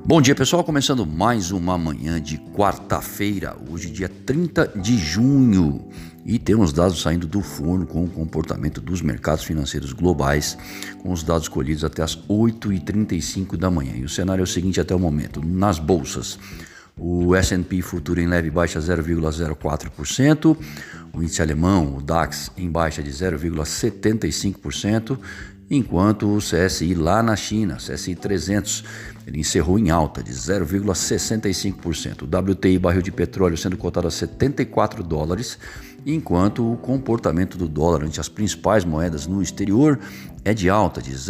Bom dia, pessoal, começando mais uma manhã de quarta-feira, hoje dia 30 de junho, e temos dados saindo do forno com o comportamento dos mercados financeiros globais, com os dados colhidos até as 8h35 da manhã. E o cenário é o seguinte até o momento: nas bolsas, o S&P futuro em leve baixa 0,04%, o índice alemão, o DAX, em baixa de 0,75%, enquanto o CSI lá na China, CSI 300, ele encerrou em alta de 0,65%. O WTI, barril de petróleo, sendo cotado a $74, enquanto o comportamento do dólar ante as principais moedas no exterior é de alta de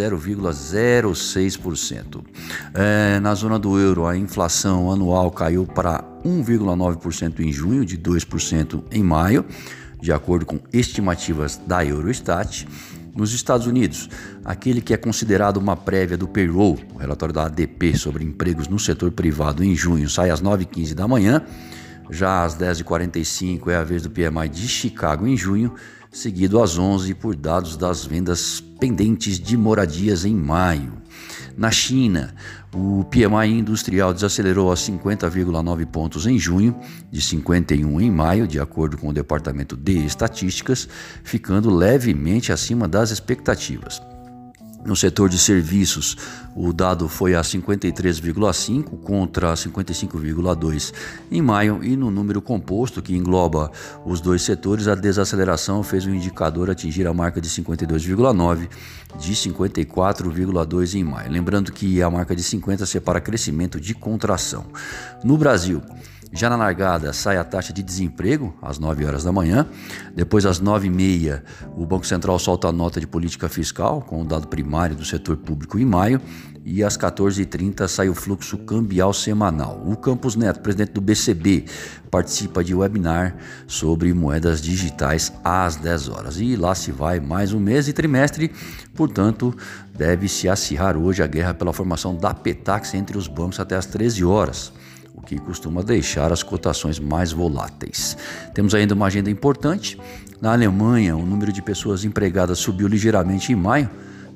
0,06%. Na zona do euro, a inflação anual caiu para 1,9% em junho, de 2% em maio, de acordo com estimativas da Eurostat. Nos Estados Unidos, aquele que é considerado uma prévia do payroll, o relatório da ADP sobre empregos no setor privado em junho, sai às 9h15 da manhã. Já às 10h45 é a vez do PMI de Chicago em junho, seguido às 11h por dados das vendas pendentes de moradias em maio. Na China, o PMI industrial desacelerou a 50,9 pontos em junho, de 51 em maio, de acordo com o Departamento de Estatísticas, ficando levemente acima das expectativas. No setor de serviços, o dado foi a 53,5 contra 55,2 em maio, e no número composto, que engloba os dois setores, a desaceleração fez o indicador atingir a marca de 52,9 de 54,2 em maio. Lembrando que a marca de 50 separa crescimento de contração. No Brasil, já na largada, sai a taxa de desemprego às 9h da manhã. Depois, às 9h30, o Banco Central solta a nota de política fiscal com o dado primário do setor público em maio. E às 14h30 sai o fluxo cambial semanal. O Campos Neto, presidente do BCB, participa de webinar sobre moedas digitais às 10h. E lá se vai mais um mês e trimestre, portanto, deve-se acirrar hoje a guerra pela formação da Petax entre os bancos até às 13h. O que costuma deixar as cotações mais voláteis. Temos ainda uma agenda importante. Na Alemanha, o número de pessoas empregadas subiu ligeiramente em maio,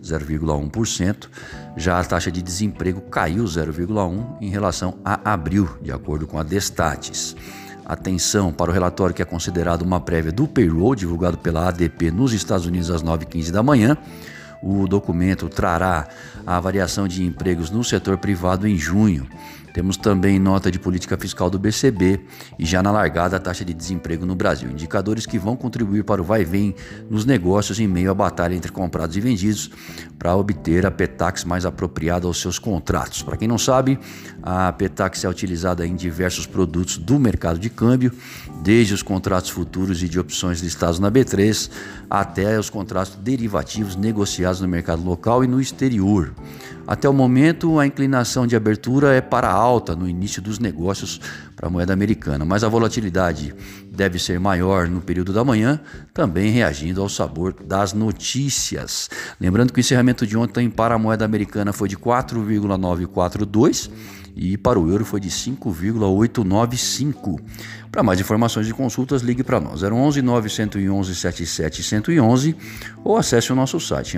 0,1%. Já a taxa de desemprego caiu 0,1% em relação a abril, de acordo com a Destatis. Atenção para o relatório que é considerado uma prévia do payroll, divulgado pela ADP nos Estados Unidos às 9h15 da manhã. O documento trará a variação de empregos no setor privado em junho. Temos também nota de política fiscal do BCB e já na largada a taxa de desemprego no Brasil. Indicadores que vão contribuir para o vai e vem nos negócios em meio à batalha entre comprados e vendidos para obter a Petax mais apropriada aos seus contratos. Para quem não sabe, a Petax é utilizada em diversos produtos do mercado de câmbio, desde os contratos futuros e de opções listados na B3 até os contratos derivativos negociados no mercado local e no exterior. Até o momento, a inclinação de abertura é para alta no início dos negócios para a moeda americana, mas a volatilidade deve ser maior no período da manhã, também reagindo ao sabor das notícias. Lembrando que o encerramento de ontem para a moeda americana foi de 4,942 e para o euro foi de 5,895. Para mais informações e consultas, ligue para nós, 011 911 77 111, ou acesse o nosso site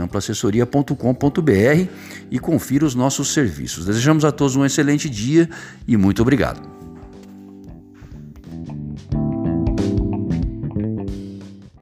amplaassessoria.com.br e confira os nossos serviços. Desejamos a todos um excelente dia e muito obrigado.